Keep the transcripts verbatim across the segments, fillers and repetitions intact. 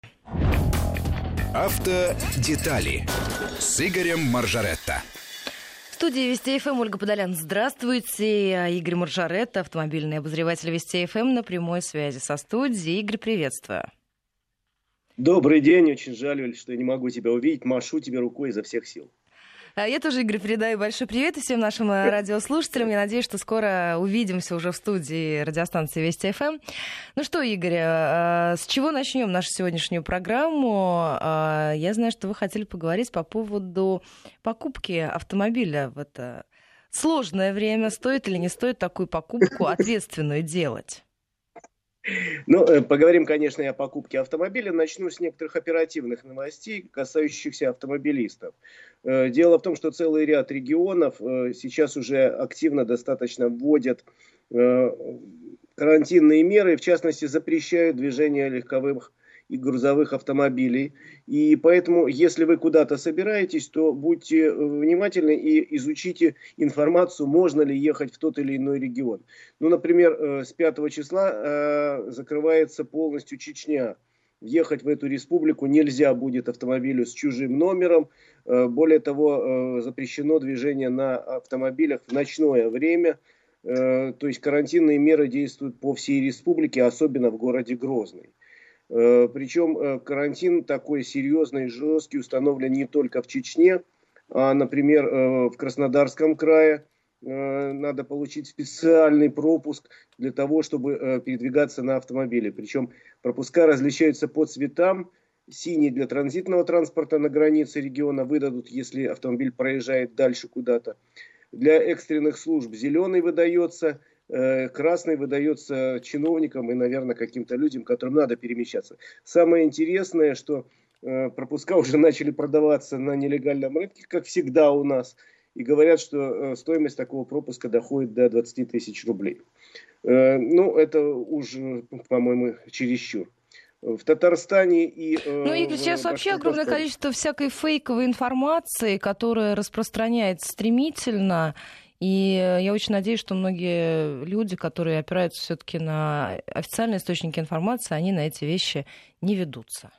Автодетали с Игорем Маржаретто. В студии Вести ФМ Ольга Подолян. Здравствуйте. Игорь Маржаретто, автомобильный обозреватель Вести ФМ, на прямой связи со студией. Игорь, приветствую. Добрый день. Очень жаль, что я не могу тебя увидеть. Машу тебе рукой изо всех сил. Я тоже, Игорь, передаю большой привет всем нашим радиослушателям. Я надеюсь, что скоро увидимся уже в студии радиостанции Вести ФМ. Ну что, Игорь, с чего начнем нашу сегодняшнюю программу? Я знаю, что вы хотели поговорить по поводу покупки автомобиля в это сложное время. Стоит или не стоит такую покупку ответственную делать? Ну, поговорим, конечно, и о покупке автомобиля. Начну с некоторых оперативных новостей, касающихся автомобилистов. Дело в том, что целый ряд регионов сейчас уже активно достаточно вводят карантинные меры, в частности, запрещают движение легковых и грузовых автомобилей. И поэтому, если вы куда-то собираетесь, то будьте внимательны и изучите информацию, можно ли ехать в тот или иной регион. Ну, например, с пятого числа закрывается полностью Чечня. Въехать в эту республику нельзя будет автомобилю с чужим номером. Более того, запрещено движение на автомобилях в ночное время. То есть карантинные меры действуют по всей республике, особенно в городе Грозный. Причем карантин такой серьезный, жесткий установлен не только в Чечне, а, например, в Краснодарском крае. Надо получить специальный пропуск для того, чтобы передвигаться на автомобиле. Причем пропуска различаются по цветам. Синий для транзитного транспорта на границе региона выдадут, если автомобиль проезжает дальше куда-то. Для экстренных служб зеленый выдается. Красный выдается чиновникам и, наверное, каким-то людям, которым надо перемещаться. Самое интересное, что пропуска уже начали продаваться на нелегальном рынке, как всегда у нас. И говорят, что стоимость такого пропуска доходит до двадцать тысяч рублей. Ну, это уже, по-моему, чересчур. В Татарстане и... Ну, Игорь, сейчас вообще огромное количество всякой фейковой информации, которая распространяется стремительно. И я очень надеюсь, что многие люди, которые опираются все-таки на официальные источники информации, они на эти вещи не ведутся.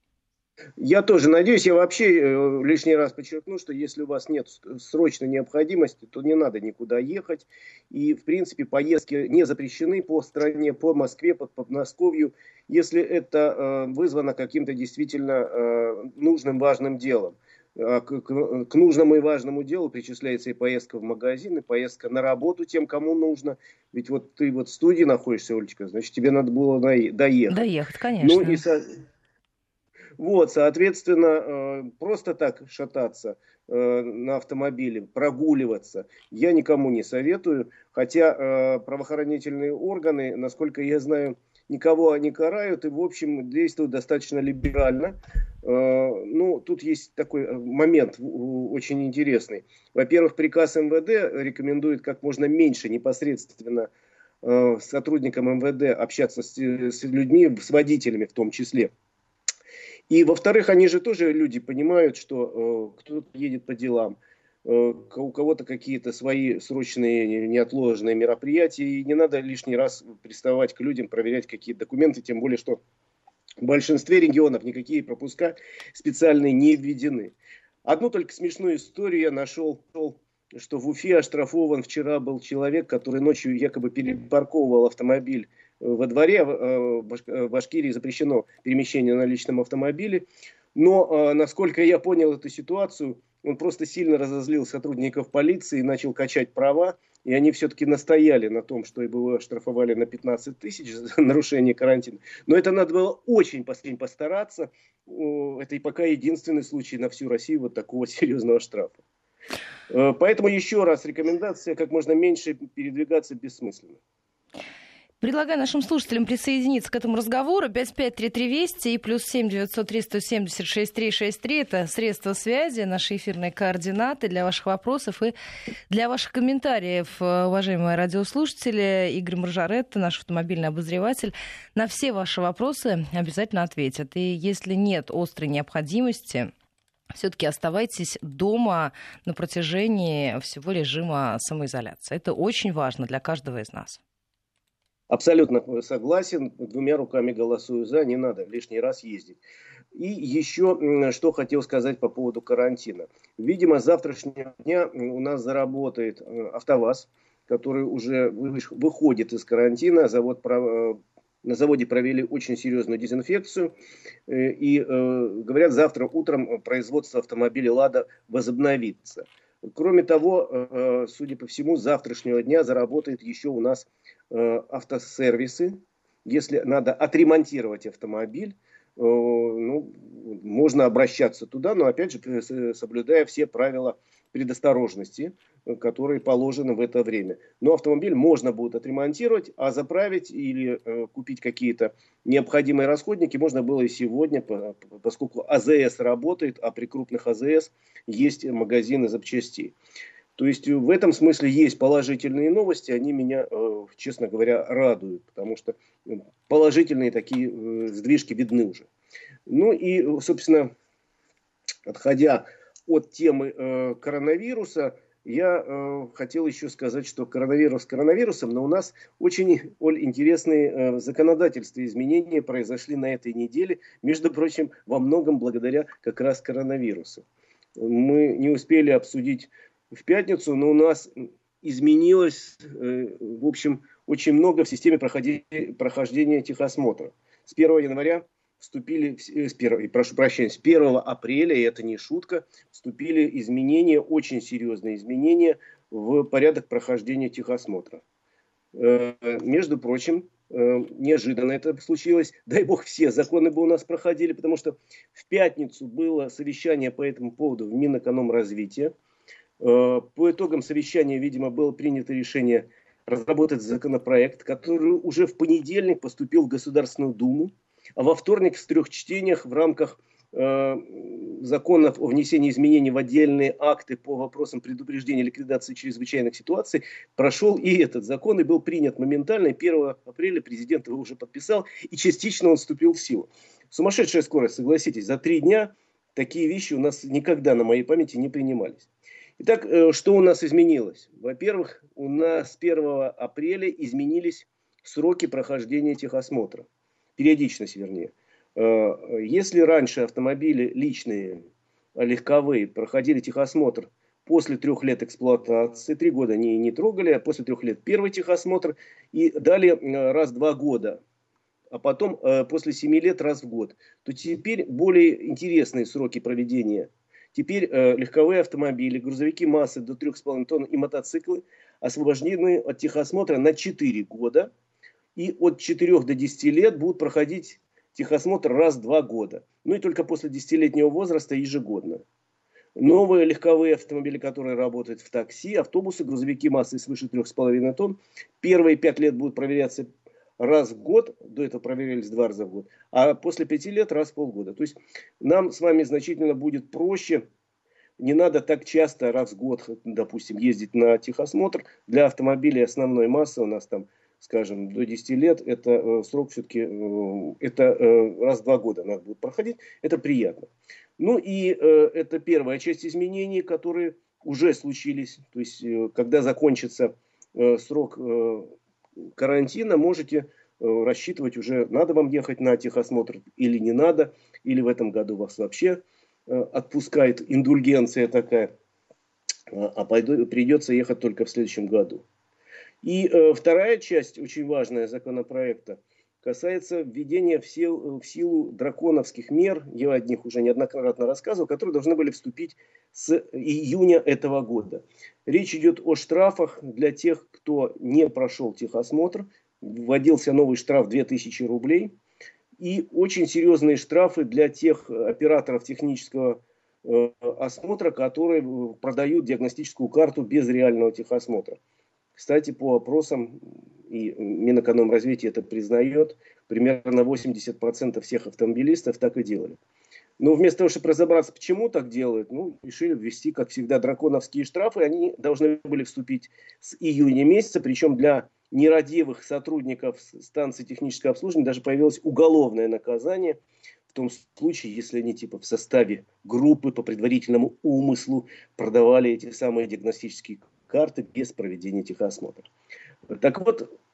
Я тоже надеюсь. Я вообще лишний раз подчеркну, что если у вас нет срочной необходимости, то не надо никуда ехать. И, в принципе, поездки не запрещены по стране, по Москве, по Подмосковью, если это вызвано каким-то действительно нужным, важным делом. К, к, к нужному и важному делу причисляется и поездка в магазин, и поездка на работу тем, кому нужно. Ведь вот ты вот в студии находишься, Олечка, значит, тебе надо было доехать. Доехать, конечно. Ну, и со... Вот, соответственно, просто так шататься на автомобиле, прогуливаться я никому не советую. Хотя правоохранительные органы, насколько я знаю, никого не карают и, в общем, действуют достаточно либерально. Ну, тут есть такой момент очень интересный. Во-первых, приказ эм вэ дэ рекомендует как можно меньше непосредственно сотрудникам эм вэ дэ общаться с, с людьми, с водителями в том числе. И, во-вторых, они же тоже люди понимают, что кто-то едет по делам. У кого-то какие-то свои срочные, неотложные мероприятия, и не надо лишний раз приставать к людям, проверять какие-то документы, тем более, что в большинстве регионов никакие пропуска специальные не введены. Одну только смешную историю я нашел, что в Уфе оштрафован вчера был человек, который ночью якобы перепарковывал автомобиль во дворе. В Башкирии запрещено перемещение на личном автомобиле. Но, насколько я понял эту ситуацию, он просто сильно разозлил сотрудников полиции и начал качать права. И они все-таки настояли на том, что его оштрафовали на пятнадцать тысяч за нарушение карантина. Но это надо было очень постараться. Это и пока единственный случай на всю Россию вот такого серьезного штрафа. Поэтому еще раз рекомендация: как можно меньше передвигаться бессмысленно. Предлагаю нашим слушателям присоединиться к этому разговору. пять пять три три Вести и плюс семь девятьсот три сто семьдесят шесть три шесть три. Это средства связи, наши эфирные координаты для ваших вопросов и для ваших комментариев, уважаемые радиослушатели. Игорь Маржаретто, наш автомобильный обозреватель, на все ваши вопросы обязательно ответит. И если нет острой необходимости, все-таки оставайтесь дома на протяжении всего режима самоизоляции. Это очень важно для каждого из нас. Абсолютно согласен, двумя руками голосую за, не надо лишний раз ездить. И еще что хотел сказать по поводу карантина. Видимо, с завтрашнего дня у нас заработает АвтоВАЗ, который уже выходит из карантина. Завод, на заводе провели очень серьезную дезинфекцию. И говорят, завтра утром производство автомобилей «Лада» возобновится. Кроме того, судя по всему, с завтрашнего дня заработает еще у нас автосервисы. Если надо отремонтировать автомобиль, ну, можно обращаться туда, но опять же соблюдая все правила предосторожности, которые положены в это время. Но автомобиль можно будет отремонтировать, а заправить или э, купить какие-то необходимые расходники можно было и сегодня, поскольку АЗС работает, а при крупных АЗС есть магазины запчастей. То есть в этом смысле есть положительные новости, они меня, честно говоря, радуют, потому что положительные такие сдвижки видны уже. Ну и, собственно, отходя от темы коронавируса, я хотел еще сказать, что коронавирус коронавирусом, но у нас очень, Оль, интересные законодательства, изменения произошли на этой неделе, между прочим, во многом благодаря как раз коронавирусу. Мы не успели обсудить в пятницу, но у нас изменилось, в общем, очень много в системе прохождения техосмотра. С первого января вступили, с первого, прошу прощения, с первого апреля, и это не шутка, вступили изменения, очень серьезные изменения в порядок прохождения техосмотра. Между прочим, неожиданно это случилось. Дай бог, все законы бы у нас проходили, потому что в пятницу было совещание по этому поводу в Минэкономразвития. По итогам совещания, видимо, было принято решение разработать законопроект, который уже в понедельник поступил в Государственную Думу, а во вторник в трех чтениях в рамках э, законов о внесении изменений в отдельные акты по вопросам предупреждения и ликвидации чрезвычайных ситуаций прошел и этот закон, и был принят моментально. И первого апреля президент его уже подписал, и частично он вступил в силу. Сумасшедшая скорость, согласитесь, за три дня такие вещи у нас никогда на моей памяти не принимались. Итак, что у нас изменилось? Во-первых, у нас с первого апреля изменились сроки прохождения техосмотра. Периодичность, вернее. Если раньше автомобили личные, легковые, проходили техосмотр после трех лет эксплуатации, три года не, не трогали, а после трех лет первый техосмотр, и далее раз в два года, а потом после семи лет раз в год, то теперь более интересные сроки проведения. Теперь э, легковые автомобили, грузовики массы до трех с половиной тонн и мотоциклы освобождены от техосмотра на четыре года. И от четырёх до десяти лет будут проходить техосмотр раз в два года. Ну и только после десятилетнего возраста ежегодно. Новые легковые автомобили, которые работают в такси, автобусы, грузовики массой свыше трех с половиной тонн, первые пять лет будут проверяться раз в год, до этого проверялись два раза в год, а после пяти лет раз в полгода. То есть нам с вами значительно будет проще, не надо так часто раз в год, допустим, ездить на техосмотр. Для автомобилей основной массы у нас там, скажем, до десяти лет, это э, срок все-таки, э, это э, раз в два года надо будет проходить, это приятно. Ну и э, это первая часть изменений, которые уже случились, то есть э, когда закончится э, срок э, карантина, можете э, рассчитывать уже, надо вам ехать на техосмотр или не надо, или в этом году вас вообще э, отпускает индульгенция такая, а пойду, придется ехать только в следующем году. И э, вторая часть, очень важная законопроекта, касается введения в силу, в силу драконовских мер, я о них уже неоднократно рассказывал, которые должны были вступить с июня этого года. Речь идет о штрафах для тех, кто не прошел техосмотр. Вводился новый штраф две тысячи рублей. И очень серьезные штрафы для тех операторов технического э, осмотра, которые продают диагностическую карту без реального техосмотра. Кстати, по опросам, и Минэкономразвития это признает, примерно восемьдесят процентов всех автомобилистов так и делали. Но вместо того, чтобы разобраться, почему так делают, ну, решили ввести, как всегда, драконовские штрафы. Они должны были вступить с июня месяца, причем для нерадивых сотрудников станции технического обслуживания даже появилось уголовное наказание в том случае, если они типа в составе группы по предварительному умыслу продавали эти самые диагностические карты без проведения техосмотра. Так вот,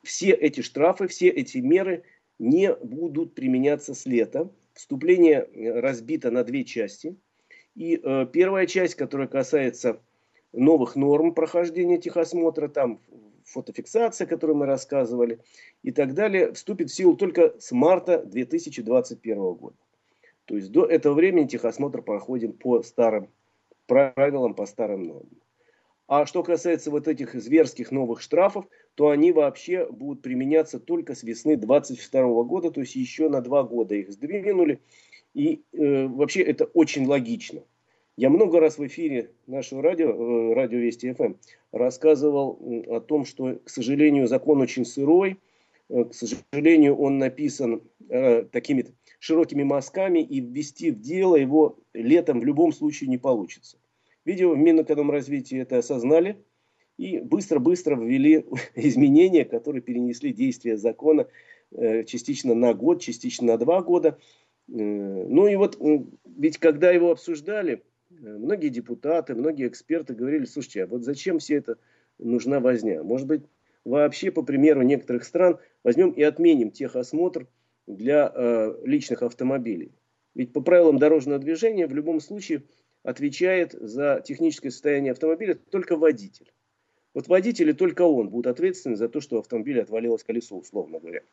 все эти штрафы, все эти меры не будут применяться с лета. Вступление разбито на две части. И э, первая часть, которая касается новых норм прохождения техосмотра, там фотофиксация, о которой мы рассказывали, и так далее, вступит в силу только с марта две тысячи двадцать первого года. То есть до этого времени техосмотр проходим по старым правилам, по старым нормам. А что касается вот этих зверских новых штрафов, то они вообще будут применяться только с весны две тысячи двадцать второго года, то есть еще на два года их сдвинули. И э, вообще это очень логично. Я много раз в эфире нашего радио, э, радио Вести эф эм, рассказывал о том, что, к сожалению, закон очень сырой, э, к сожалению, он написан э, такими широкими мазками, и ввести в дело его летом в любом случае не получится. Видимо, в Минэкономразвитии это осознали и быстро-быстро ввели изменения, которые перенесли действие закона э, частично на год, частично на два года. Э, ну и вот, ведь когда его обсуждали, многие депутаты, многие эксперты говорили: слушайте, а вот зачем все это нужна возня? Может быть, вообще, по примеру некоторых стран, возьмем и отменим техосмотр для э, личных автомобилей. Ведь по правилам дорожного движения в любом случае отвечает за техническое состояние автомобиля только водитель. Вот водитель и только он будут ответственны за то, что у автомобиля отвалилось колесо, условно говоря.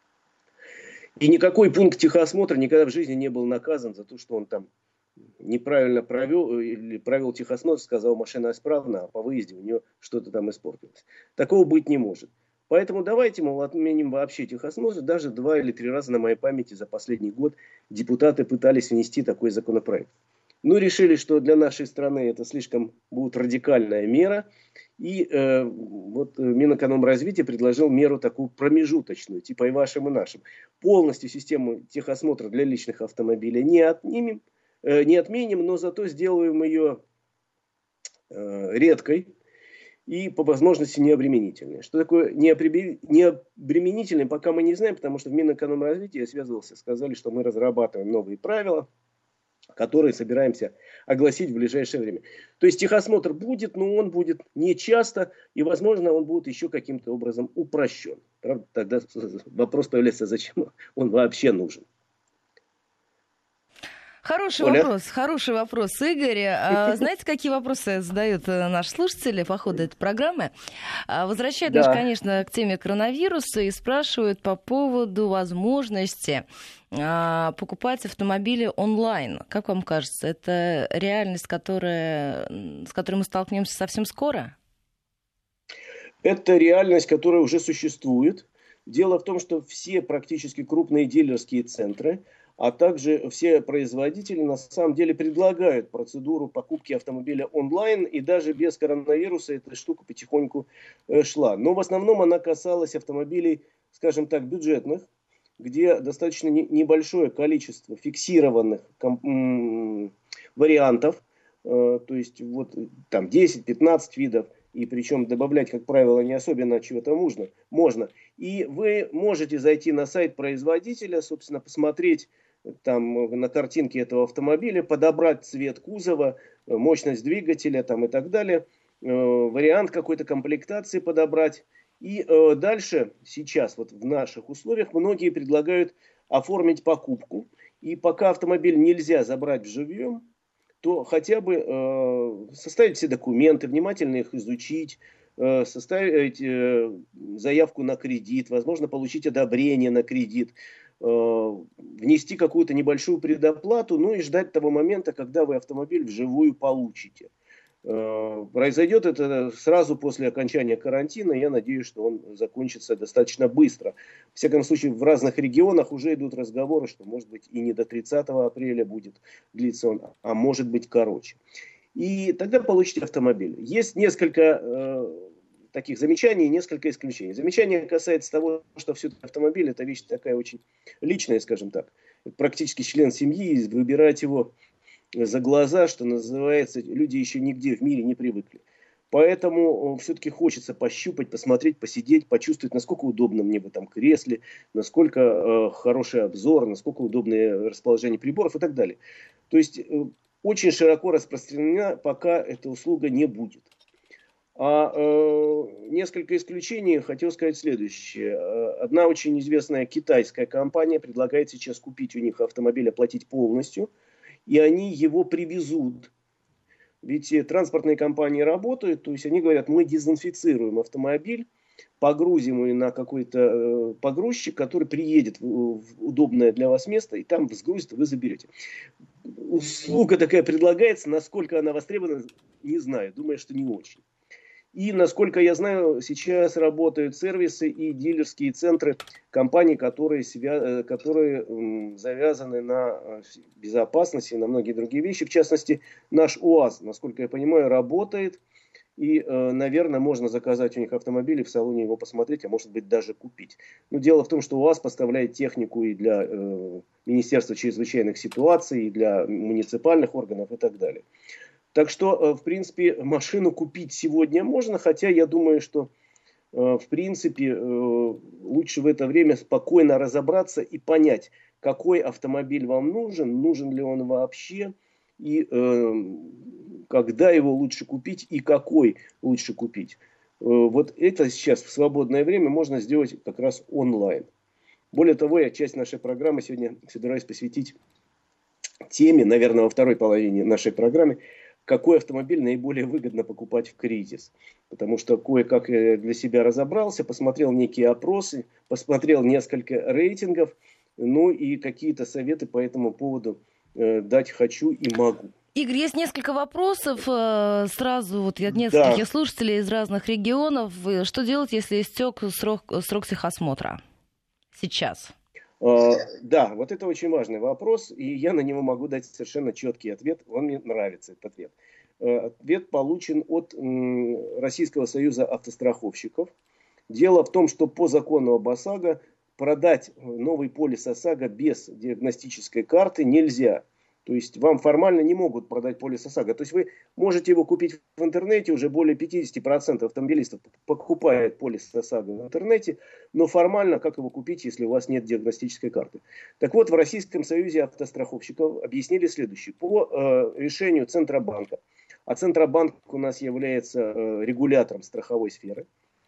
И никакой пункт техосмотра никогда в жизни не был наказан за то, что он там неправильно провел или провел техосмотр, сказал, машина исправна, а по выезде у нее что-то там испортилось. Такого быть не может. Поэтому давайте, мол, отменим вообще техосмотр. Даже два или три раза на моей памяти за последний год депутаты пытались внести такой законопроект. Ну, решили, что для нашей страны это слишком будет радикальная мера. И э, вот Минэкономразвития предложил меру такую промежуточную, типа и вашим, и нашим. Полностью систему техосмотра для личных автомобилей не отнимем, э, не отменим, но зато сделаем ее э, редкой и по возможности необременительной. Что такое необременительной, пока мы не знаем, потому что в Минэкономразвитии, я связывался, сказали, что мы разрабатываем новые правила, которые собираемся огласить в ближайшее время. То есть техосмотр будет, но он будет не часто, и, возможно, он будет еще каким-то образом упрощен. Правда, тогда вопрос появляется, зачем он вообще нужен. Хороший Оля? вопрос, хороший вопрос, Игорь. А, знаете, какие вопросы задают наши слушатели по ходу этой программы? А, возвращают да. нас, конечно, к теме коронавируса и спрашивают по поводу возможности а, покупать автомобили онлайн. Как вам кажется, это реальность, которая, с которой мы столкнемся совсем скоро? Это реальность, которая уже существует. Дело в том, что все практически крупные дилерские центры, а также все производители на самом деле предлагают процедуру покупки автомобиля онлайн, и даже без коронавируса эта штука потихоньку шла. Но в основном она касалась автомобилей, скажем так, бюджетных, где достаточно небольшое количество фиксированных вариантов, то есть вот там десять-пятнадцать видов, и причем добавлять, как правило, не особенно чего-то можно. можно. И вы можете зайти на сайт производителя, собственно, посмотреть там на картинке этого автомобиля, подобрать цвет кузова, мощность двигателя там, и так далее, э, вариант какой-то комплектации подобрать. И э, дальше, сейчас, вот в наших условиях, многие предлагают оформить покупку. И пока автомобиль нельзя забрать живьем, то хотя бы э, составить все документы, внимательно их изучить, э, составить э, заявку на кредит, возможно, получить одобрение на кредит, э, внести какую-то небольшую предоплату, ну и ждать того момента, когда вы автомобиль вживую получите. Э, произойдет это сразу после окончания карантина. Я надеюсь, что он закончится достаточно быстро. В всяком случае, в разных регионах уже идут разговоры, что, может быть, и не до тридцатого апреля будет длиться он, а может быть короче. И тогда получите автомобиль. Есть несколько э, таких замечаний, несколько исключений. Замечание касается того, что все-таки автомобиль — это вещь такая очень личная, скажем так. Практически член семьи, и выбирать его за глаза, что называется, люди еще нигде в мире не привыкли. Поэтому все-таки хочется пощупать, посмотреть, посидеть, почувствовать, насколько удобно мне в этом кресле, насколько э, хороший обзор, насколько удобное расположение приборов и так далее. То есть э, очень широко распространена пока эта услуга не будет. А э, несколько исключений, хотел сказать следующее. Одна очень известная китайская компания предлагает сейчас купить у них автомобиль, оплатить полностью, и они его привезут. Ведь транспортные компании работают, то есть они говорят, мы дезинфицируем автомобиль, погрузим его на какой-то погрузчик, который приедет в удобное для вас место, и там сгрузит, вы заберете. Услуга такая предлагается, насколько она востребована, не знаю, думаю, что не очень. И, насколько я знаю, сейчас работают сервисы и дилерские центры компаний, которые, свя... которые м, завязаны на безопасности, на многие другие вещи. В частности, наш УАЗ, насколько я понимаю, работает. И, э, наверное, можно заказать у них автомобиль и в салоне его посмотреть, а может быть даже купить. Но дело в том, что УАЗ поставляет технику и для э, Министерства чрезвычайных ситуаций, и для муниципальных органов и так далее. Так что, в принципе, машину купить сегодня можно, хотя я думаю, что, в принципе, лучше в это время спокойно разобраться и понять, какой автомобиль вам нужен, нужен ли он вообще, и когда его лучше купить, и какой лучше купить. Вот это сейчас в свободное время можно сделать как раз онлайн. Более того, я часть нашей программы сегодня собираюсь посвятить теме, наверное, во второй половине нашей программы, какой автомобиль наиболее выгодно покупать в кризис. Потому что кое-как я для себя разобрался, посмотрел некие опросы, посмотрел несколько рейтингов, ну и какие-то советы по этому поводу э, дать хочу и могу. Игорь, есть несколько вопросов сразу вот от нескольких да. слушателей из разных регионов. Что делать, если истек срок, срок техосмотра сейчас? Uh, да, вот это очень важный вопрос, и я на него могу дать совершенно четкий ответ. Он мне нравится, этот ответ. Uh, ответ получен от um, Российского союза автостраховщиков. Дело в том, что по закону об ОСАГО продать новый полис ОСАГО без диагностической карты нельзя. То есть вам формально не могут продать полис ОСАГО. То есть вы можете его купить в интернете, уже более пятьдесят процентов автомобилистов покупают полис ОСАГО в интернете, но формально как его купить, если у вас нет диагностической карты? Так вот, в Российском союзе автостраховщиков объяснили следующее. По э, решению Центробанка, а Центробанк у нас является э, регулятором страховой сферы,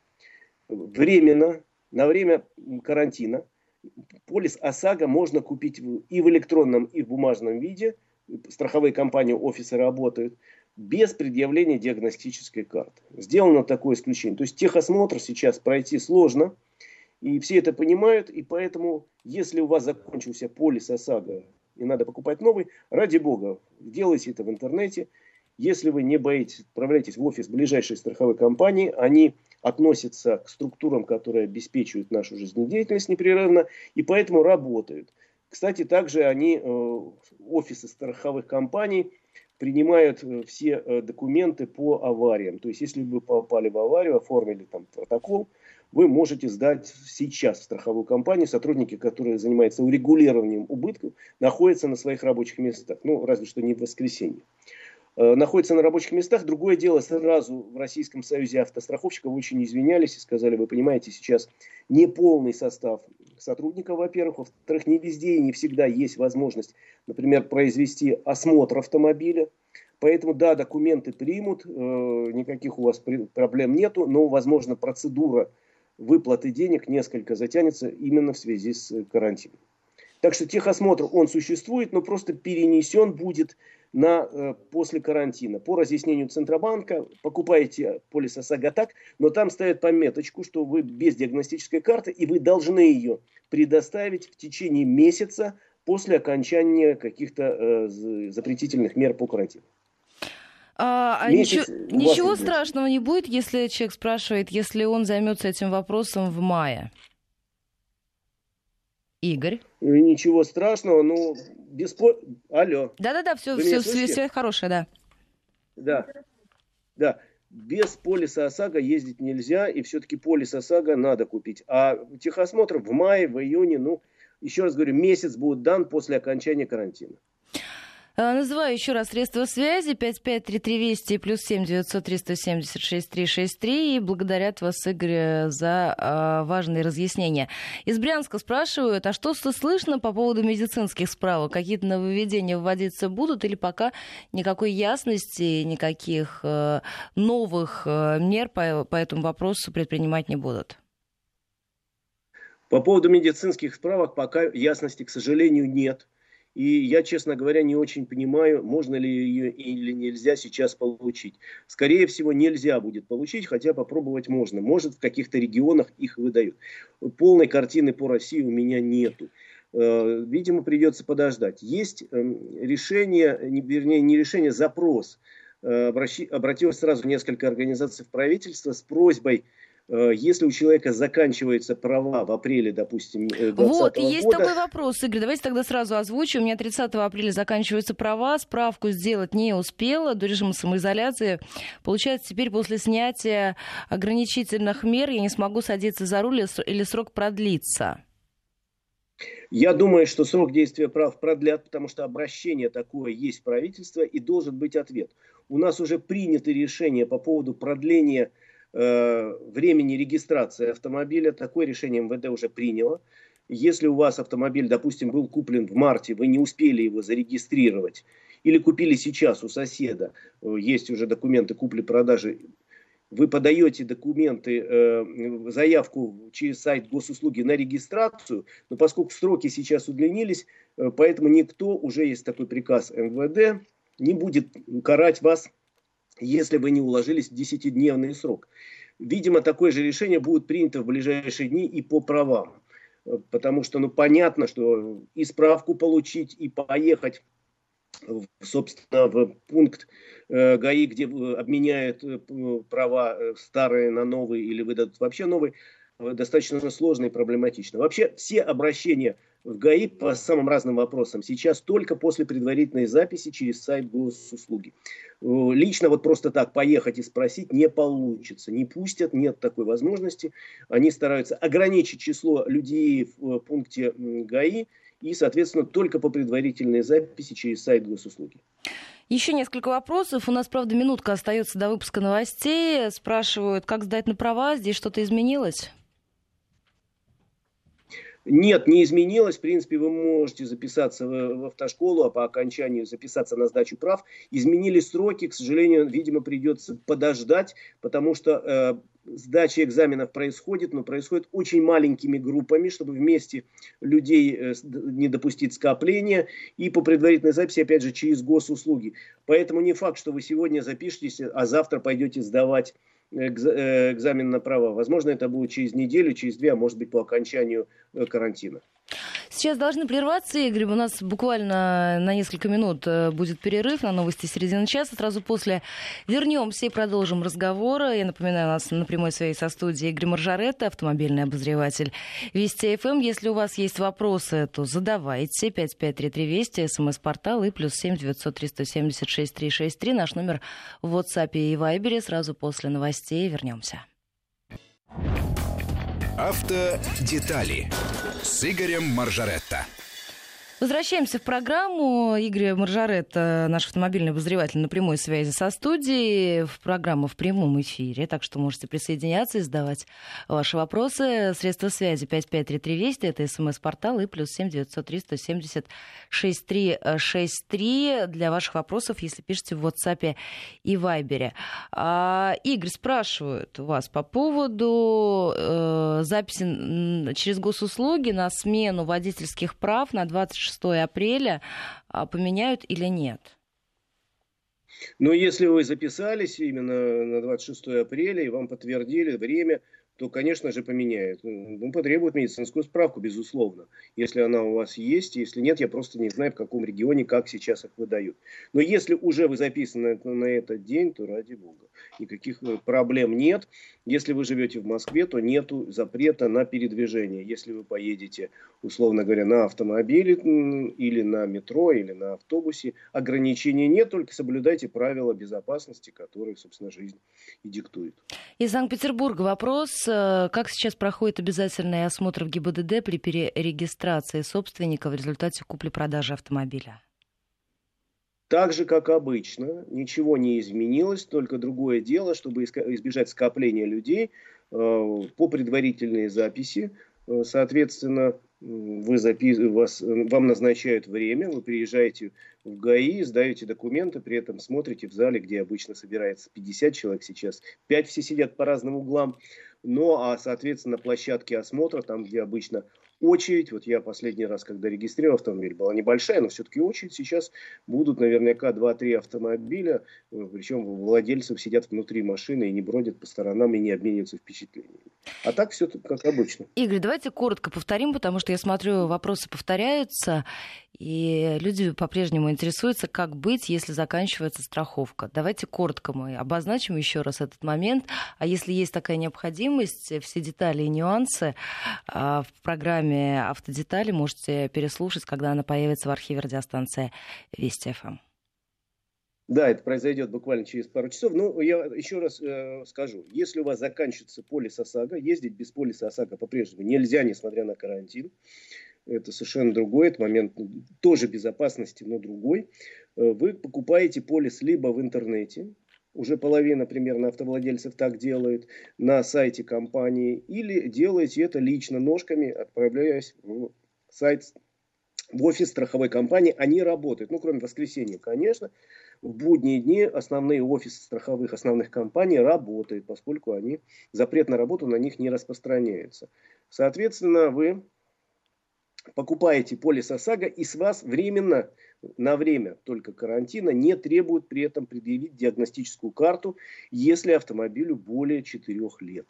временно, на время карантина, полис ОСАГО можно купить и в электронном, и в бумажном виде. Страховые компании, офисы работают без предъявления диагностической карты. Сделано такое исключение. То есть техосмотр сейчас пройти сложно. И все это понимают. И поэтому, если у вас закончился полис ОСАГО и надо покупать новый, ради бога, делайте это в интернете. Если вы не боитесь, отправляйтесь в офис ближайшей страховой компании. Они относятся к структурам, которые обеспечивают нашу жизнедеятельность непрерывно, и поэтому работают. Кстати, также они, офисы страховых компаний, принимают все документы по авариям. То есть, если вы попали в аварию, оформили там протокол, вы можете сдать сейчас в страховую компанию. Сотрудники, которые занимаются урегулированием убытков, находятся на своих рабочих местах. Ну, разве что не в воскресенье. Находятся на рабочих местах. Другое дело, сразу в Российском союзе автостраховщиков очень извинялись и сказали, вы понимаете, сейчас не полный состав сотрудников, во-первых. Во-вторых, не везде и не всегда есть возможность, например, произвести осмотр автомобиля. Поэтому, да, документы примут, никаких у вас проблем нету, но, возможно, процедура выплаты денег несколько затянется именно в связи с карантином. Так что техосмотр, он существует, но просто перенесен будет на э, после карантина. По разъяснению Центробанка покупаете полис ОСАГО так, но там ставят пометочку, что вы без диагностической карты, и вы должны ее предоставить в течение месяца после окончания каких-то э, запретительных мер по карантину. А, а ничего, ничего страшного не будет, если человек спрашивает, если он займется этим вопросом в мае? Игорь? Ничего страшного, но без... Алло. Да-да-да, все, все, все, все хорошее, да. Да, да. Без полиса ОСАГО ездить нельзя, и все-таки полис ОСАГО надо купить. А техосмотр в мае, в июне, ну, еще раз говорю, месяц будет дан после окончания карантина. Называю еще раз средства связи пять пять три три Вести плюс семь девятьсот три сто семьдесят шесть три шесть три и благодарят вас, Игорь, за а, важные разъяснения. Из Брянска спрашивают, а что слышно по поводу медицинских справок? Какие-то нововведения вводиться будут или пока никакой ясности, никаких а, новых а, мер по, по этому вопросу предпринимать не будут? По поводу медицинских справок пока ясности, к сожалению, нет. И я, честно говоря, не очень понимаю, можно ли ее или нельзя сейчас получить. Скорее всего, нельзя будет получить, хотя попробовать можно. Может, в каких-то регионах их выдают. Полной картины по России у меня нету. Видимо, придется подождать. Есть решение, вернее, не решение, запрос. Обратилось сразу несколько организаций в правительство с просьбой, если у человека заканчиваются права в апреле, допустим, двадцатого года... Вот, есть такой вопрос, Игорь, давайте тогда сразу озвучу. У меня тридцатого апреля заканчиваются права, справку сделать не успела, до режима самоизоляции. Получается, теперь после снятия ограничительных мер я не смогу садиться за руль или срок продлится? Я думаю, что срок действия прав продлят, потому что обращение такое есть в правительство и должен быть ответ. У нас уже приняты решения по поводу продления времени регистрации автомобиля. Такое решение эм вэ дэ уже приняло. Если у вас автомобиль, допустим, был куплен в марте, вы не успели его зарегистрировать, или купили сейчас у соседа, есть уже документы купли-продажи, вы подаете документы, заявку через сайт госуслуги на регистрацию, но поскольку сроки сейчас удлинились, поэтому никто, уже есть такой приказ эм вэ дэ, не будет карать вас, если вы не уложились в десятидневный срок. Видимо, такое же решение будет принято в ближайшие дни и по правам. Потому что, ну, понятно, что и справку получить, и поехать, собственно, в пункт э, ГАИ, где обменяют э, права старые на новые или выдадут вообще новые, э, достаточно сложно и проблематично. Вообще, все обращения в ГАИ по самым разным вопросам сейчас только после предварительной записи через сайт госуслуги. Лично вот просто так поехать и спросить не получится. Не пустят, нет такой возможности. Они стараются ограничить число людей в пункте ГАИ и, соответственно, только по предварительной записи через сайт госуслуги. Еще несколько вопросов. У нас, правда, минутка остается до выпуска новостей. Спрашивают, как сдать на права, здесь что-то изменилось? Нет, не изменилось. В принципе, вы можете записаться в автошколу, а по окончанию записаться на сдачу прав. Изменились сроки, к сожалению, видимо, придется подождать, потому что э, сдача экзаменов происходит, но происходит очень маленькими группами, чтобы вместе людей э, не допустить скопления. И по предварительной записи, опять же, через госуслуги. Поэтому не факт, что вы сегодня запишетесь, а завтра пойдете сдавать экзамен на права. Возможно, это будет через неделю, через две, а может быть по окончанию карантина. Сейчас должны прерваться, Игорь. У нас буквально на несколько минут будет перерыв на новости середины часа. Сразу после вернемся и продолжим разговор. Я напоминаю, у нас на прямой связи со студией Игорь Маржаретта, автомобильный обозреватель Вести эф эм. Если у вас есть вопросы, то задавайте. пять пять три три Вести, смс-портал и плюс семь девятьсот три сто семьдесят шесть три шесть три. Наш номер в WhatsApp и Viber. Сразу после новостей вернемся. Автодетали с Игорем Маржаретта. Возвращаемся в программу. Игорь Маржаретта, наш автомобильный обозреватель, на прямой связи со студией. В программу в прямом эфире, так что можете присоединяться и задавать ваши вопросы. Средства связи пять пять три три Вести, это смс-портал, и плюс семь девятьсот три сто семьдесят шесть три шесть три для ваших вопросов, если пишете в WhatsApp и Viber. А, Игорь, спрашивают у вас по поводу э, записи через госуслуги на смену водительских прав на двадцать шестое апреля поменяют или нет? Ну, если вы записались именно на двадцать шестое апреля и вам подтвердили время, то, конечно же, поменяют. Ну, потребуют медицинскую справку, безусловно. Если она у вас есть, если нет, я просто не знаю, в каком регионе, как сейчас их выдают. Но если уже вы записаны на этот день, то ради бога. Никаких проблем нет. Если вы живете в Москве, то нету запрета на передвижение. Если вы поедете, условно говоря, на автомобиле или на метро, или на автобусе, ограничений нет, только соблюдайте правила безопасности, которые, собственно, жизнь и диктует. Из Санкт-Петербурга вопрос. Как сейчас проходит обязательный осмотр в гэ и бэ дэ дэ при перерегистрации собственника в результате купли-продажи автомобиля? Так же, как обычно, ничего не изменилось, только другое дело, чтобы избежать скопления людей, по предварительной записи, соответственно, вы запис... вас... вам назначают время, вы приезжаете в ГАИ, сдаете документы, при этом смотрите в зале, где обычно собирается пятьдесят человек, сейчас пять, все сидят по разным углам. Ну, а, соответственно, на площадке осмотра, там, где обычно очередь, вот я последний раз, когда регистрировал автомобиль, была небольшая, но все-таки очередь, сейчас будут наверняка два-три автомобиля, причем владельцы сидят внутри машины и не бродят по сторонам и не обмениваются впечатлениями. А так все как обычно. Игорь, давайте коротко повторим, потому что я смотрю, вопросы повторяются, и люди по-прежнему интересуются, как быть, если заканчивается страховка. Давайте коротко мы обозначим еще раз этот момент, а если есть такая необходимость, все детали и нюансы в программе «Автодетали» можете переслушать, когда она появится в архиве радиостанции Вести эф эм. Да, это произойдет буквально через пару часов. Но я еще раз э, скажу. Если у вас заканчивается полис ОСАГО, ездить без полиса ОСАГО по-прежнему нельзя, несмотря на карантин. Это совершенно другой, это момент тоже безопасности, но другой. Вы покупаете полис либо в интернете, уже половина примерно автовладельцев так делает, на сайте компании, или делаете это лично ножками, отправляясь в сайт, в офис страховой компании. Они работают, ну кроме воскресенья, конечно. В будние дни основные офисы страховых основных компаний работают, поскольку они, запрет на работу на них не распространяется. Соответственно, вы покупаете полис ОСАГО, и с вас временно, на время только карантина, не требуют при этом предъявить диагностическую карту, если автомобилю более четырёх лет.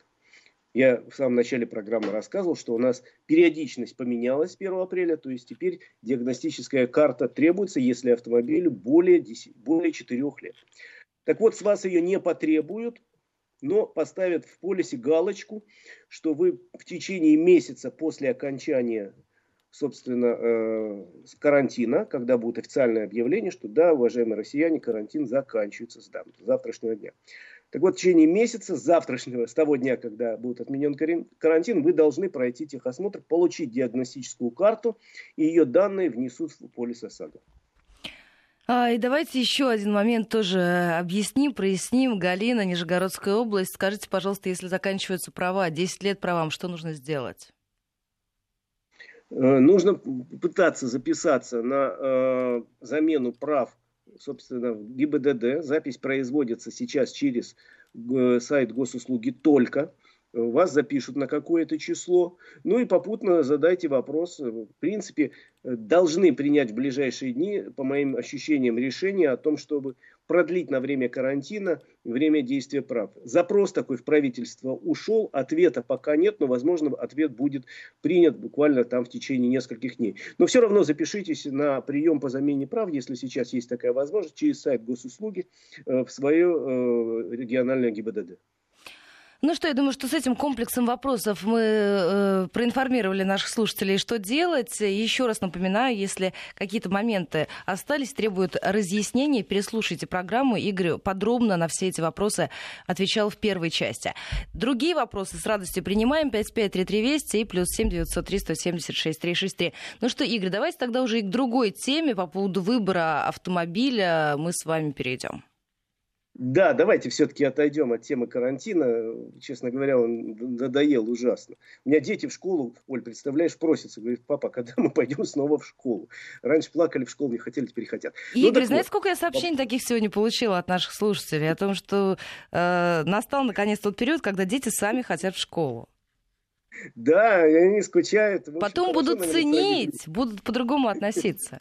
Я в самом начале программы рассказывал, что у нас периодичность поменялась с первого апреля, то есть теперь диагностическая карта требуется, если автомобилю более, десяти, более четырёх лет. Так вот, с вас ее не потребуют, но поставят в полисе галочку, что вы в течение месяца после окончания, собственно, э, карантина, когда будет официальное объявление, что да, уважаемые россияне, карантин заканчивается с завтрашнего дня. Так вот, в течение месяца, с завтрашнего, с того дня, когда будет отменен карантин, вы должны пройти техосмотр, получить диагностическую карту, и ее данные внесут в полис ОСАГО. А, и давайте еще один момент тоже объясним, проясним. Галина, Нижегородская область. Скажите, пожалуйста, если заканчиваются права, десять лет правам, что нужно сделать? Нужно пытаться записаться на э, замену прав, собственно, в ГИБДД. Запись производится сейчас через сайт госуслуги только. Вас запишут на какое-то число. Ну и попутно задайте вопрос. В принципе, должны принять в ближайшие дни, по моим ощущениям, решение о том, чтобы продлить на время карантина время действия прав. Запрос такой в правительство ушел, ответа пока нет, но, возможно, ответ будет принят буквально там в течение нескольких дней. Но все равно запишитесь на прием по замене прав, если сейчас есть такая возможность, через сайт госуслуги в свое региональное ГИБДД. Ну что, я думаю, что с этим комплексом вопросов мы э, проинформировали наших слушателей, что делать. Еще раз напоминаю, если какие-то моменты остались, требуют разъяснений, переслушайте программу. Игорь подробно на все эти вопросы отвечал в первой части. Другие вопросы с радостью принимаем. пять пять три три Вести и плюс семь девятьсот три сто семьдесят шесть триста шестьдесят три. Ну что, Игорь, давайте тогда уже и к другой теме по поводу выбора автомобиля мы с вами перейдем. Да, давайте все-таки отойдем от темы карантина. Честно говоря, он надоел ужасно. У меня дети в школу, Оль, представляешь, просятся. Говорят, папа, когда мы пойдем снова в школу? Раньше плакали в школу, не хотели, теперь хотят. Игорь, ну, знаете, вот, сколько я сообщений пап... таких сегодня получила от наших слушателей? О том, что э, настал наконец тот период, когда дети сами хотят в школу. Да, и они скучают. Общем, Потом будут ценить, будут по-другому относиться.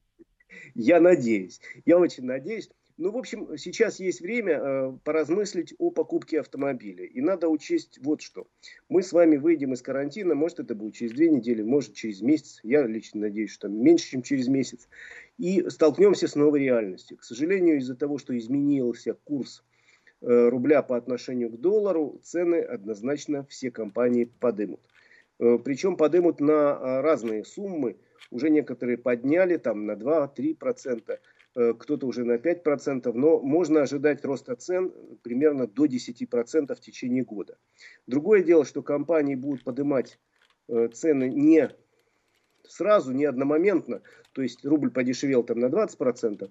Я надеюсь. Я очень надеюсь. Ну, в общем, сейчас есть время э, поразмыслить о покупке автомобиля. И надо учесть вот что. Мы с вами выйдем из карантина, может, это будет через две недели, может, через месяц. Я лично надеюсь, что меньше, чем через месяц. И столкнемся с новой реальностью. К сожалению, из-за того, что изменился курс э, рубля по отношению к доллару, цены однозначно все компании подымут. Э, причем подымут на э, разные суммы. Уже некоторые подняли там, на два-три процента. Кто-то уже на пять процентов, но можно ожидать роста цен примерно до десяти процентов в течение года. Другое дело, что компании будут поднимать цены не сразу, не одномоментно, то есть рубль подешевел там на двадцать процентов,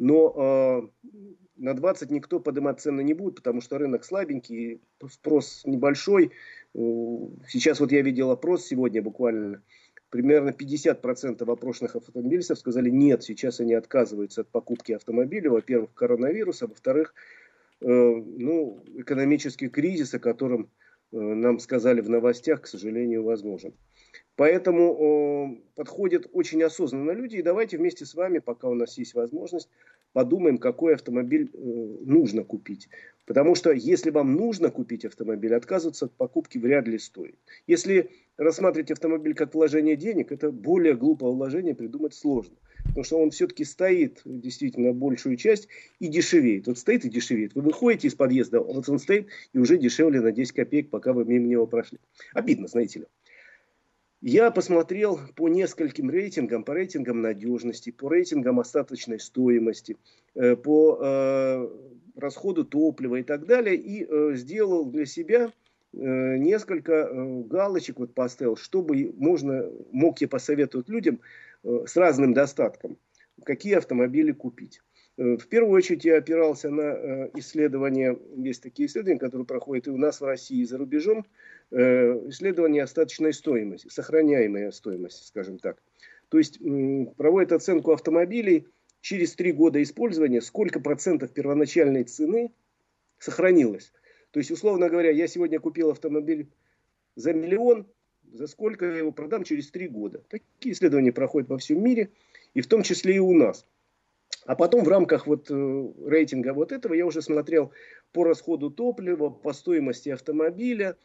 но э, на двадцать процентов никто поднимать цены не будет, потому что рынок слабенький, спрос небольшой. Сейчас вот я видел опрос сегодня буквально, примерно пятьдесят процентов опрошенных автомобилистов сказали нет, сейчас они отказываются от покупки автомобиля, во-первых, коронавирус, а во-вторых, э, ну, экономический кризис, о котором э, нам сказали в новостях, к сожалению, возможен. Поэтому э, подходят очень осознанно люди, и давайте вместе с вами, пока у нас есть возможность, подумаем, какой автомобиль э, нужно купить. Потому что если вам нужно купить автомобиль, отказываться от покупки вряд ли стоит. Если рассматривать автомобиль как вложение денег, это более глупое вложение придумать сложно. Потому что он все-таки стоит действительно большую часть и дешевеет. Вот стоит и дешевеет. Вы выходите из подъезда, вот он стоит и уже дешевле на десять копеек, пока вы мимо него прошли. Обидно, знаете ли. Я посмотрел по нескольким рейтингам, по рейтингам надежности, по рейтингам остаточной стоимости, по э, расходу топлива и так далее. И э, сделал для себя э, несколько э, галочек, вот поставил, чтобы можно, мог я посоветовать людям э, с разным достатком, какие автомобили купить. Э, в первую очередь я опирался на э, исследования, есть такие исследования, которые проходят и у нас в России, и за рубежом, исследование остаточной стоимости, сохраняемая стоимость, скажем так. То есть проводят оценку автомобилей через три года использования, сколько процентов первоначальной цены сохранилось. То есть, условно говоря, я сегодня купил автомобиль за миллион, за сколько я его продам через три года. Такие исследования проходят во всем мире, и в том числе и у нас. А потом в рамках вот рейтинга вот этого я уже смотрел по расходу топлива, по стоимости автомобиля,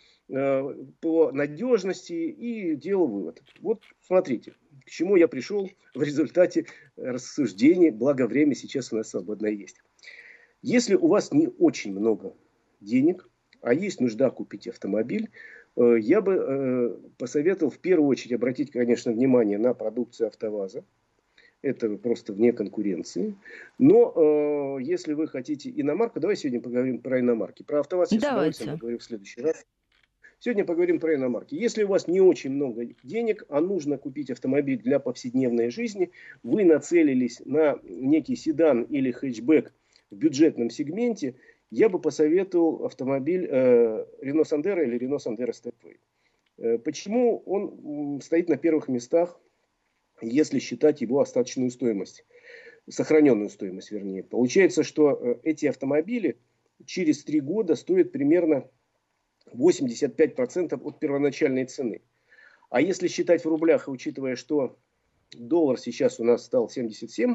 по надежности и делал вывод. Вот смотрите, к чему я пришел в результате рассуждений, благо время сейчас у нас свободное есть. Если у вас не очень много денег, а есть нужда купить автомобиль, я бы посоветовал в первую очередь обратить, конечно, внимание на продукцию АвтоВАЗа. Это просто вне конкуренции. Но э, если вы хотите иномарку, давай сегодня поговорим про иномарки. Про АвтоВАЗ я с удовольствием поговорю в следующий раз. Сегодня поговорим про иномарки. Если у вас не очень много денег, а нужно купить автомобиль для повседневной жизни, вы нацелились на некий седан или хэтчбэк в бюджетном сегменте, я бы посоветовал автомобиль э, Renault Sandero или Renault Sandero Stepway. Э, почему он стоит на первых местах, если считать его остаточную стоимость, сохраненную стоимость, вернее. Получается, что эти автомобили через три года стоят примерно восемьдесят пять процентов от первоначальной цены. А если считать в рублях, учитывая, что доллар сейчас у нас стал семьдесят семь,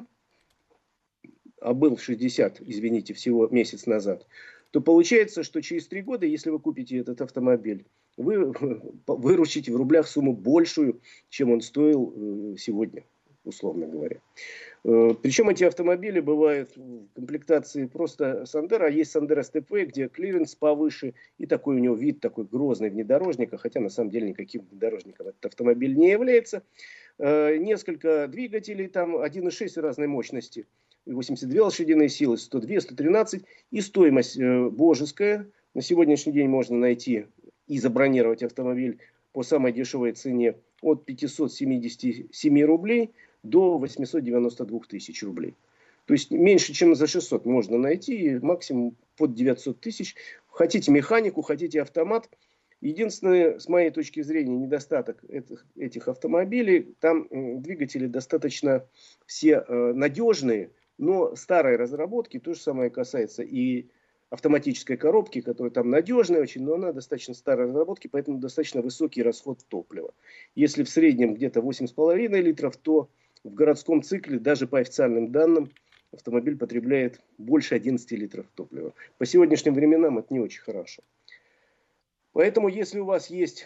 а был шестьдесят, извините, всего месяц назад, то получается, что через три года, если вы купите этот автомобиль, вы выручите в рублях сумму большую, чем он стоил сегодня, условно говоря. Причем эти автомобили бывают в комплектации просто Sandero, а есть Sandero Stepway, где клиренс повыше, и такой у него вид, такой грозный внедорожника, хотя на самом деле никаким внедорожником этот автомобиль не является. Несколько двигателей, там один и шесть разной мощности, восемьдесят две лошадиные силы, сто два, сто тринадцать, и стоимость божеская. На сегодняшний день можно найти и забронировать автомобиль по самой дешевой цене от пятьсот семьдесят семь рублей до восемьсот девяносто два тысяч рублей. То есть меньше, чем за шестьсот можно найти, максимум под девятьсот тысяч. Хотите механику, хотите автомат. Единственное, с моей точки зрения, недостаток этих, этих автомобилей, там двигатели достаточно все э, надежные, но старой разработки, то же самое касается и автоматической коробки, которая там надежная очень, но она достаточно старой разработки, поэтому достаточно высокий расход топлива. Если в среднем где-то восемь с половиной литров, то в городском цикле, даже по официальным данным, автомобиль потребляет больше одиннадцати литров топлива. По сегодняшним временам это не очень хорошо. Поэтому, если у вас есть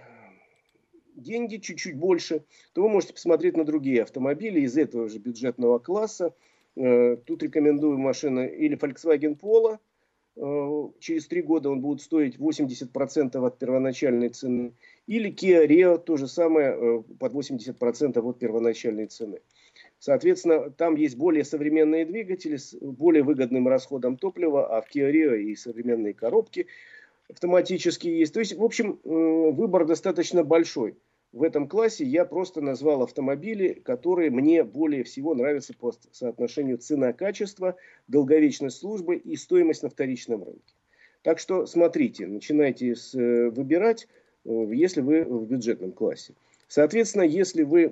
деньги чуть-чуть больше, то вы можете посмотреть на другие автомобили из этого же бюджетного класса. Тут рекомендую машины или Volkswagen Polo. Через три года он будет стоить восемьдесят процентов от первоначальной цены. Или Kia Rio, то же самое, под восемьдесят процентов от первоначальной цены. Соответственно, там есть более современные двигатели с более выгодным расходом топлива, а в Kia Rio и современные коробки автоматические есть. То есть, в общем, выбор достаточно большой. в этом классе я просто назвал автомобили, которые мне более всего нравятся по соотношению цена-качество, долговечность службы и стоимость на вторичном рынке. Так что смотрите, начинайте с, выбирать, если вы в бюджетном классе. Соответственно, если вы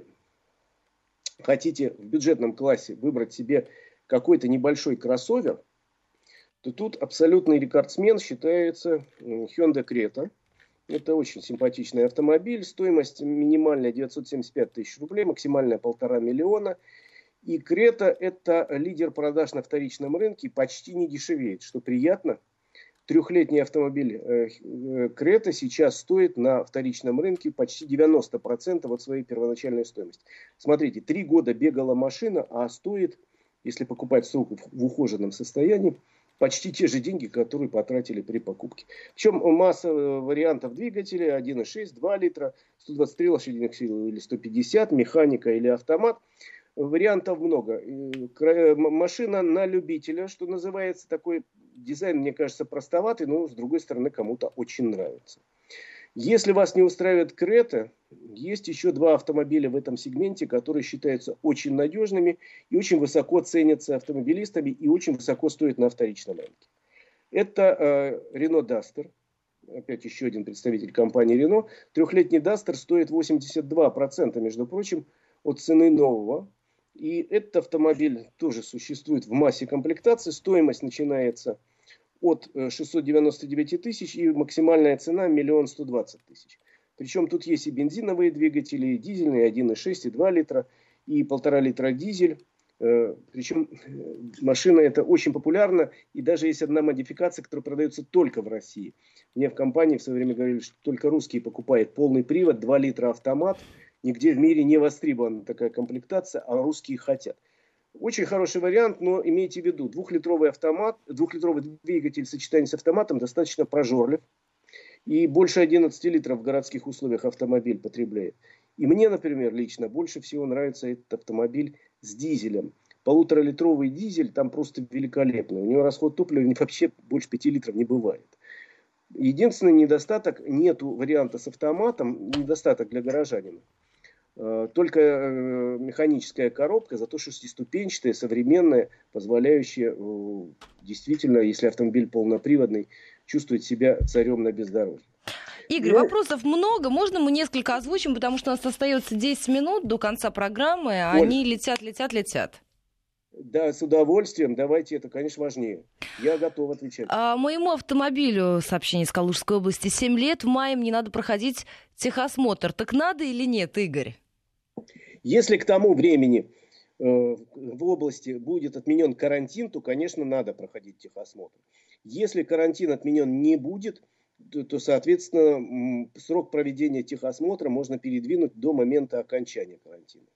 хотите в бюджетном классе выбрать себе какой-то небольшой кроссовер, то тут абсолютный рекордсмен считается Hyundai Creta. Это очень симпатичный автомобиль. Стоимость минимальная девятьсот семьдесят пять тысяч рублей, максимальная полтора миллиона. И Крета – это лидер продаж на вторичном рынке, почти не дешевеет, что приятно. Трехлетний автомобиль Крета сейчас стоит на вторичном рынке почти девяносто процентов от своей первоначальной стоимости. Смотрите, три года бегала машина, а стоит, если покупать срок в ухоженном состоянии, почти те же деньги, которые потратили при покупке. Причем масса вариантов двигателей: один и шесть, два литра, сто двадцать три лошадиных сил или сто пятьдесят, механика или автомат. Вариантов много. Машина на любителя, что называется. Такой дизайн, мне кажется, простоватый, но с другой стороны кому-то очень нравится. Если вас не устраивает Крета, есть еще два автомобиля в этом сегменте, которые считаются очень надежными и очень высоко ценятся автомобилистами и очень высоко стоят на вторичном рынке. Это э, Renault Duster, опять еще один представитель компании Renault. Трехлетний Duster стоит восемьдесят два процента, между прочим, от цены нового. И этот автомобиль тоже существует в массе комплектаций. Стоимость начинается от шестьсот девяносто девять тысяч и максимальная цена миллион сто двадцать тысяч. Причем тут есть и бензиновые двигатели, и дизельные, один и шесть, и два литра, и полтора литра дизель. Причем машина эта очень популярна, и даже есть одна модификация, которая продается только в России. Мне в компании в свое время говорили, что только русские покупают полный привод, два литра автомат. Нигде в мире не востребована такая комплектация, а русские хотят. Очень хороший вариант, но имейте в виду, двухлитровый автомат, двухлитровый двигатель в сочетании с автоматом достаточно прожорлив. И больше одиннадцати литров в городских условиях автомобиль потребляет. И мне, например, лично больше всего нравится этот автомобиль с дизелем. Полуторалитровый дизель там просто великолепный. У него расход топлива вообще больше пяти литров не бывает. Единственный недостаток, нету варианта с автоматом, недостаток для горожанина. Только механическая коробка, зато шестиступенчатая, современная, позволяющая действительно, если автомобиль полноприводный, чувствовать себя царем на бездорожье. Игорь, ну, вопросов много. Можно мы несколько озвучим, потому что у нас остается десять минут до конца программы, а Оль, они летят, летят, летят. Да, с удовольствием. Давайте, это, конечно, важнее. Я готов отвечать. А, моему автомобилю, сообщение из Калужской области, семь лет. В мае мне надо проходить техосмотр. Так надо или нет, Игорь? Если к тому времени э, в области будет отменен карантин, то, конечно, надо проходить техосмотр. Если карантин отменен не будет, то, то, соответственно, срок проведения техосмотра можно передвинуть до момента окончания карантина.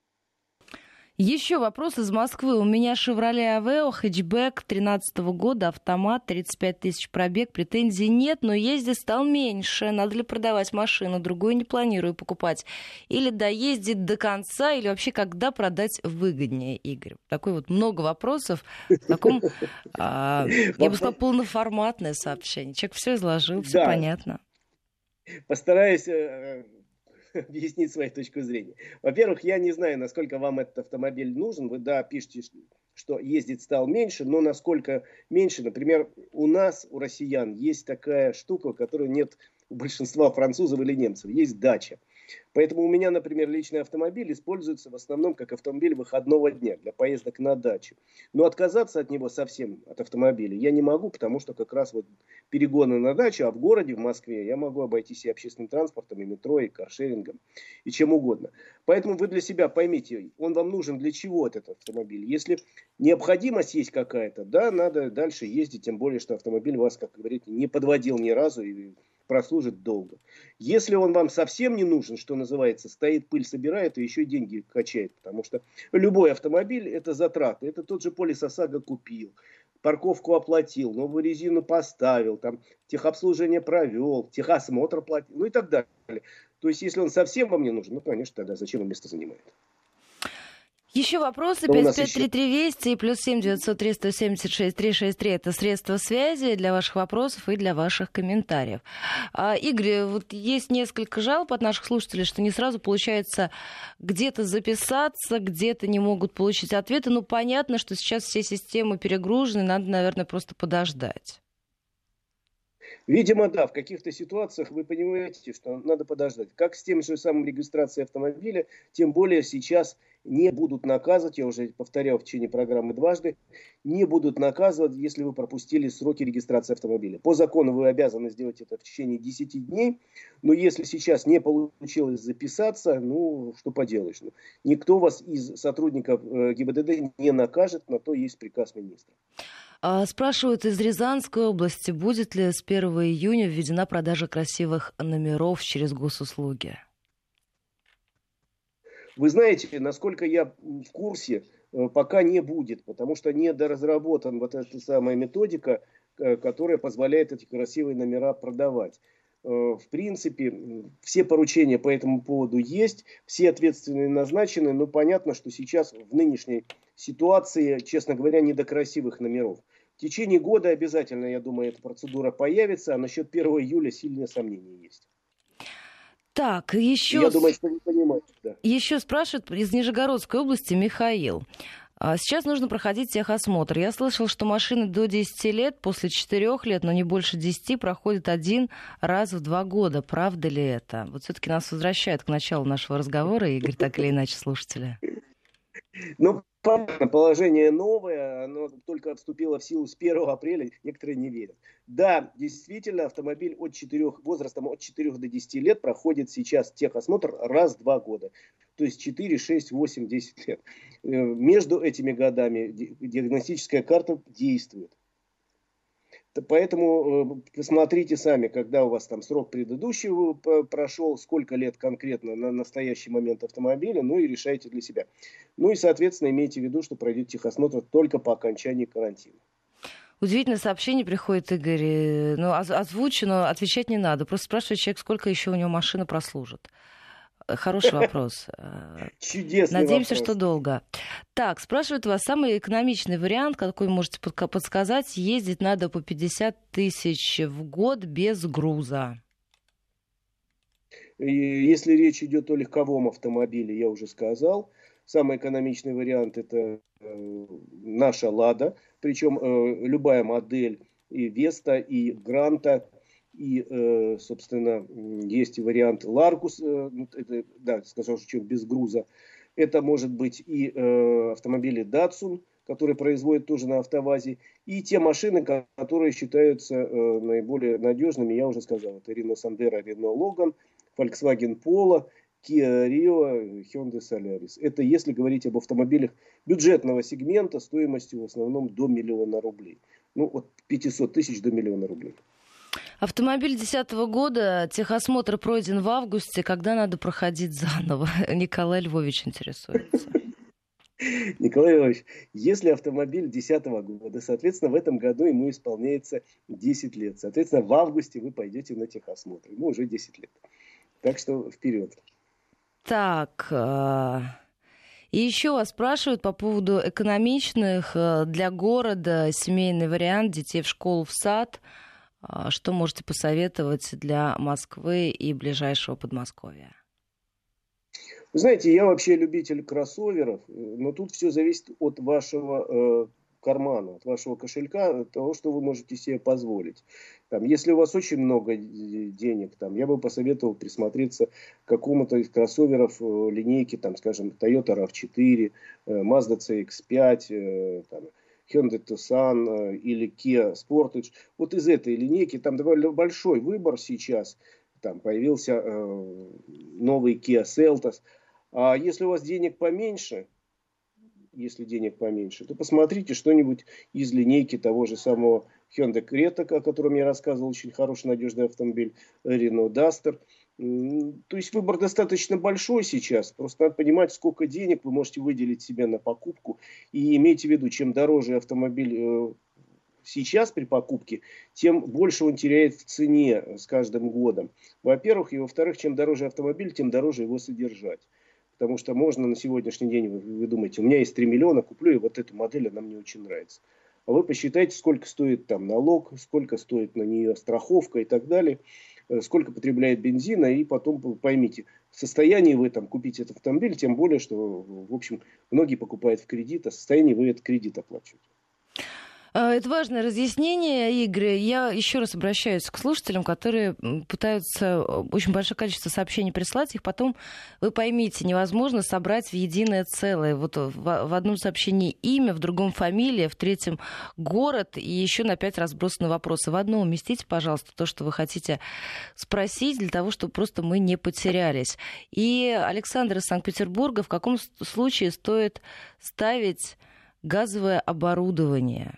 Еще вопрос из Москвы. У меня Chevrolet Aveo, хэтчбэк тринадцатого года, автомат, тридцать пять тысяч пробег, претензий нет, но ездить стал меньше. Надо ли продавать машину? Другую не планирую покупать. Или доездить до конца, или вообще когда продать выгоднее, Игорь? Такой вот много вопросов. В таком, я бы сказала, полноформатное сообщение. Человек все изложил, все понятно. Постараюсь объяснить свою точку зрения. Во-первых, я не знаю, насколько вам этот автомобиль нужен. Вы, да, пишете, что ездить стал меньше, но насколько меньше, например, у нас, у россиян, есть такая штука, которой нет у большинства французов или немцев. Есть дача. Поэтому у меня, например, личный автомобиль используется в основном как автомобиль выходного дня для поездок на дачу. Но отказаться от него совсем, от автомобиля, я не могу, потому что как раз вот перегоны на дачу, а в городе, в Москве, я могу обойтись и общественным транспортом, и метро, и каршерингом, и чем угодно. Поэтому вы для себя поймите, он вам нужен для чего этот автомобиль. Если необходимость есть какая-то, да, надо дальше ездить, тем более, что автомобиль вас, как говорите, не подводил ни разу и прослужит долго. Если он вам совсем не нужен, что называется, стоит, пыль собирает и еще деньги качает, потому что любой автомобиль это затраты. Это тот же полис ОСАГО купил, парковку оплатил, новую резину поставил, там, техобслуживание провел, техосмотр платил, ну и так далее. То есть, если он совсем вам не нужен, ну, конечно, тогда зачем он место занимает? Еще вопросы. Но у пять нас пять еще... три три Вести и плюс семь девятьсот три сто семьдесят шесть три шесть три. Это средства связи для ваших вопросов и для ваших комментариев. А, Игорь, вот есть несколько жалоб от наших слушателей, что не сразу получается где-то записаться, где-то не могут получить ответы. Ну, понятно, что сейчас все системы перегружены, надо, наверное, просто подождать. Видимо, да, в каких-то ситуациях вы понимаете, что надо подождать. Как с тем же самым регистрацией автомобиля, тем более сейчас не будут наказывать, я уже повторял в течение программы дважды, не будут наказывать, если вы пропустили сроки регистрации автомобиля. По закону вы обязаны сделать это в течение десяти дней, но если сейчас не получилось записаться, ну, что поделаешь. Ну, никто вас из сотрудников э, ГИБДД не накажет, на то есть приказ министра. Спрашивают из Рязанской области, будет ли с первого июня введена продажа красивых номеров через госуслуги? Вы знаете, насколько я в курсе, пока не будет, потому что недоразработана вот эта самая методика, которая позволяет эти красивые номера продавать. В принципе, все поручения по этому поводу есть, все ответственные назначены, но понятно, что сейчас в нынешней ситуации, честно говоря, не до красивых номеров. В течение года обязательно, я думаю, эта процедура появится, а насчет первого июля сильные сомнения есть. Так, еще... Я думаю, что вы понимаете, да. Еще спрашивают из Нижегородской области Михаил. Сейчас нужно проходить техосмотр. Я слышал, что машины до десяти лет, после четырёх лет, но не больше десяти, проходят один раз в два года. Правда ли это? Вот все-таки нас возвращает к началу нашего разговора, Игорь, так или иначе, слушатели. Ну, положение новое, оно только вступило в силу с первого апреля, некоторые не верят. Да, действительно, автомобиль от четырёх, возрастом от четырёх до десяти лет проходит сейчас техосмотр раз в два года. То есть четыре, шесть, восемь, десять лет. Между этими годами диагностическая карта действует. Поэтому посмотрите сами, когда у вас там срок предыдущего прошел, сколько лет конкретно на настоящий момент автомобиля, ну и решайте для себя. Ну и, соответственно, имейте в виду, что пройдет техосмотр только по окончании карантина. Удивительное сообщение приходит, Игорь. Ну, озвучено, отвечать не надо. Просто спрашивает человек, сколько еще у него машина прослужит. Хороший вопрос. Чудесный Надеемся, вопрос. что долго. Так, спрашивают вас, самый экономичный вариант, какой можете подсказать, ездить надо по пятьдесят тысяч в год без груза. Если речь идет о легковом автомобиле, я уже сказал. Самый экономичный вариант — это э, наша «Лада». Причем э, любая модель и «Веста», и «Гранта», и, э, собственно, есть и вариант «Ларгус», э, это, да, сказал, что человек без груза. Это может быть и э, автомобили «Датсун», которые производят тоже на «АвтоВАЗе», и те машины, которые считаются э, наиболее надежными, я уже сказал. Это Renault Sandero, Renault Logan, Volkswagen Polo, Kia Rio, Hyundai Solaris. Это если говорить об автомобилях бюджетного сегмента стоимостью в основном до миллиона рублей. Ну, от пятисот тысяч до миллиона рублей. Автомобиль две тысячи десятого года, техосмотр пройден в августе. Когда надо проходить заново? Николай Львович интересуется. Николай Львович, если автомобиль две тысячи десятого года, соответственно, в этом году ему исполняется десять лет. Соответственно, в августе вы пойдете на техосмотр. Ему уже десять лет. Так что вперед. Так, и еще вас спрашивают по поводу экономичных для города семейный вариант детей в школу, в сад. Что можете посоветовать для Москвы и ближайшего Подмосковья? Вы знаете, я вообще любитель кроссоверов, но тут все зависит от вашего э, кармана, от вашего кошелька, от того, что вы можете себе позволить. Там, если у вас очень много денег, там, я бы посоветовал присмотреться к какому-то из кроссоверов э, линейки, там, скажем, Toyota рав четыре, э, Mazda си икс пять, э, там, Hyundai Tucson э, или Kia Sportage. Вот из этой линейки там довольно большой выбор сейчас. Там появился э, новый Kia Seltos. А если у вас денег поменьше, если денег поменьше, то посмотрите что-нибудь из линейки того же самого Hyundai Creta, о котором я рассказывал, очень хороший, надежный автомобиль, Renault Duster. То есть выбор достаточно большой сейчас. Просто надо понимать, сколько денег вы можете выделить себе на покупку. И имейте в виду, чем дороже автомобиль сейчас при покупке, тем больше он теряет в цене с каждым годом. Во-первых, и во-вторых, чем дороже автомобиль, тем дороже его содержать. Потому что можно на сегодняшний день, вы, вы думаете, у меня есть три миллиона, куплю, и вот эту модель, она мне очень нравится. А вы посчитайте, сколько стоит там налог, сколько стоит на нее страховка и так далее, сколько потребляет бензина, и потом поймите, в состоянии вы там купить этот автомобиль, тем более, что, в общем, многие покупают в кредит, а в состоянии вы этот кредит оплачиваете. Это важное разъяснение, Игорь. Я еще раз обращаюсь к слушателям, которые пытаются очень большое количество сообщений прислать. Их потом, вы поймите, невозможно собрать в единое целое. Вот в одном сообщении имя, в другом фамилия, в третьем город, и еще на пять разбросаны вопросы. В одно уместите, пожалуйста, то, что вы хотите спросить, для того, чтобы просто мы не потерялись. И Александр из Санкт-Петербурга: в каком случае стоит ставить газовое оборудование?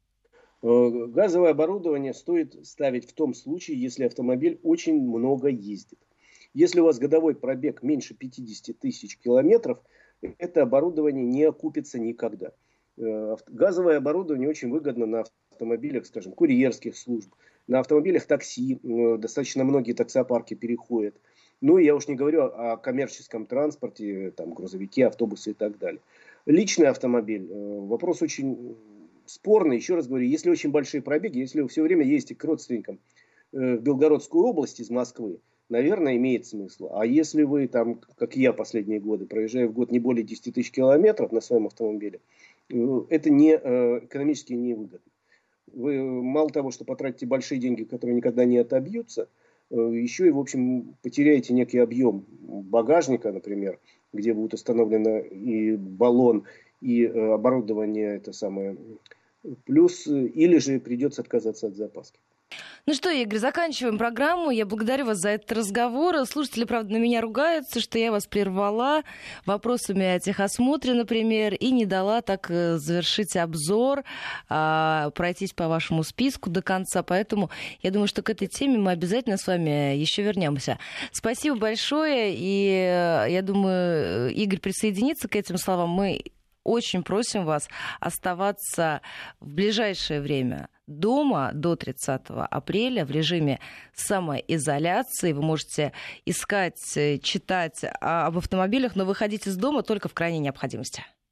Газовое оборудование стоит ставить в том случае, если автомобиль очень много ездит. Если у вас годовой пробег меньше пятьдесят тысяч километров, это оборудование не окупится никогда. Газовое оборудование очень выгодно на автомобилях, скажем, курьерских служб, на автомобилях такси. Достаточно многие таксопарки переходят. Ну, я уж не говорю о коммерческом транспорте, там, грузовики, автобусы и так далее. Личный автомобиль. Вопрос очень спорный. Еще раз говорю, если очень большие пробеги, если вы все время ездите к родственникам в Белгородскую область из Москвы, наверное, имеет смысл. А если вы, там, как я последние годы, проезжая в год не более десять тысяч километров на своем автомобиле, это не, экономически невыгодно. Вы мало того, что потратите большие деньги, которые никогда не отобьются, еще и, в общем, потеряете некий объем багажника, например, где будет установлено и баллон, и оборудование, это самое, плюс, или же придется отказаться от запаски. Ну что, Игорь, заканчиваем программу. Я благодарю вас за этот разговор. Слушатели, правда, на меня ругаются, что я вас прервала вопросами о техосмотре, например, и не дала так завершить обзор, пройтись по вашему списку до конца. Поэтому я думаю, что к этой теме мы обязательно с вами еще вернемся. Спасибо большое. И я думаю, Игорь присоединится к этим словам. Мы очень просим вас оставаться в ближайшее время дома до тридцатого апреля в режиме самоизоляции. Вы можете искать, читать об автомобилях, но выходить из дома только в крайней необходимости.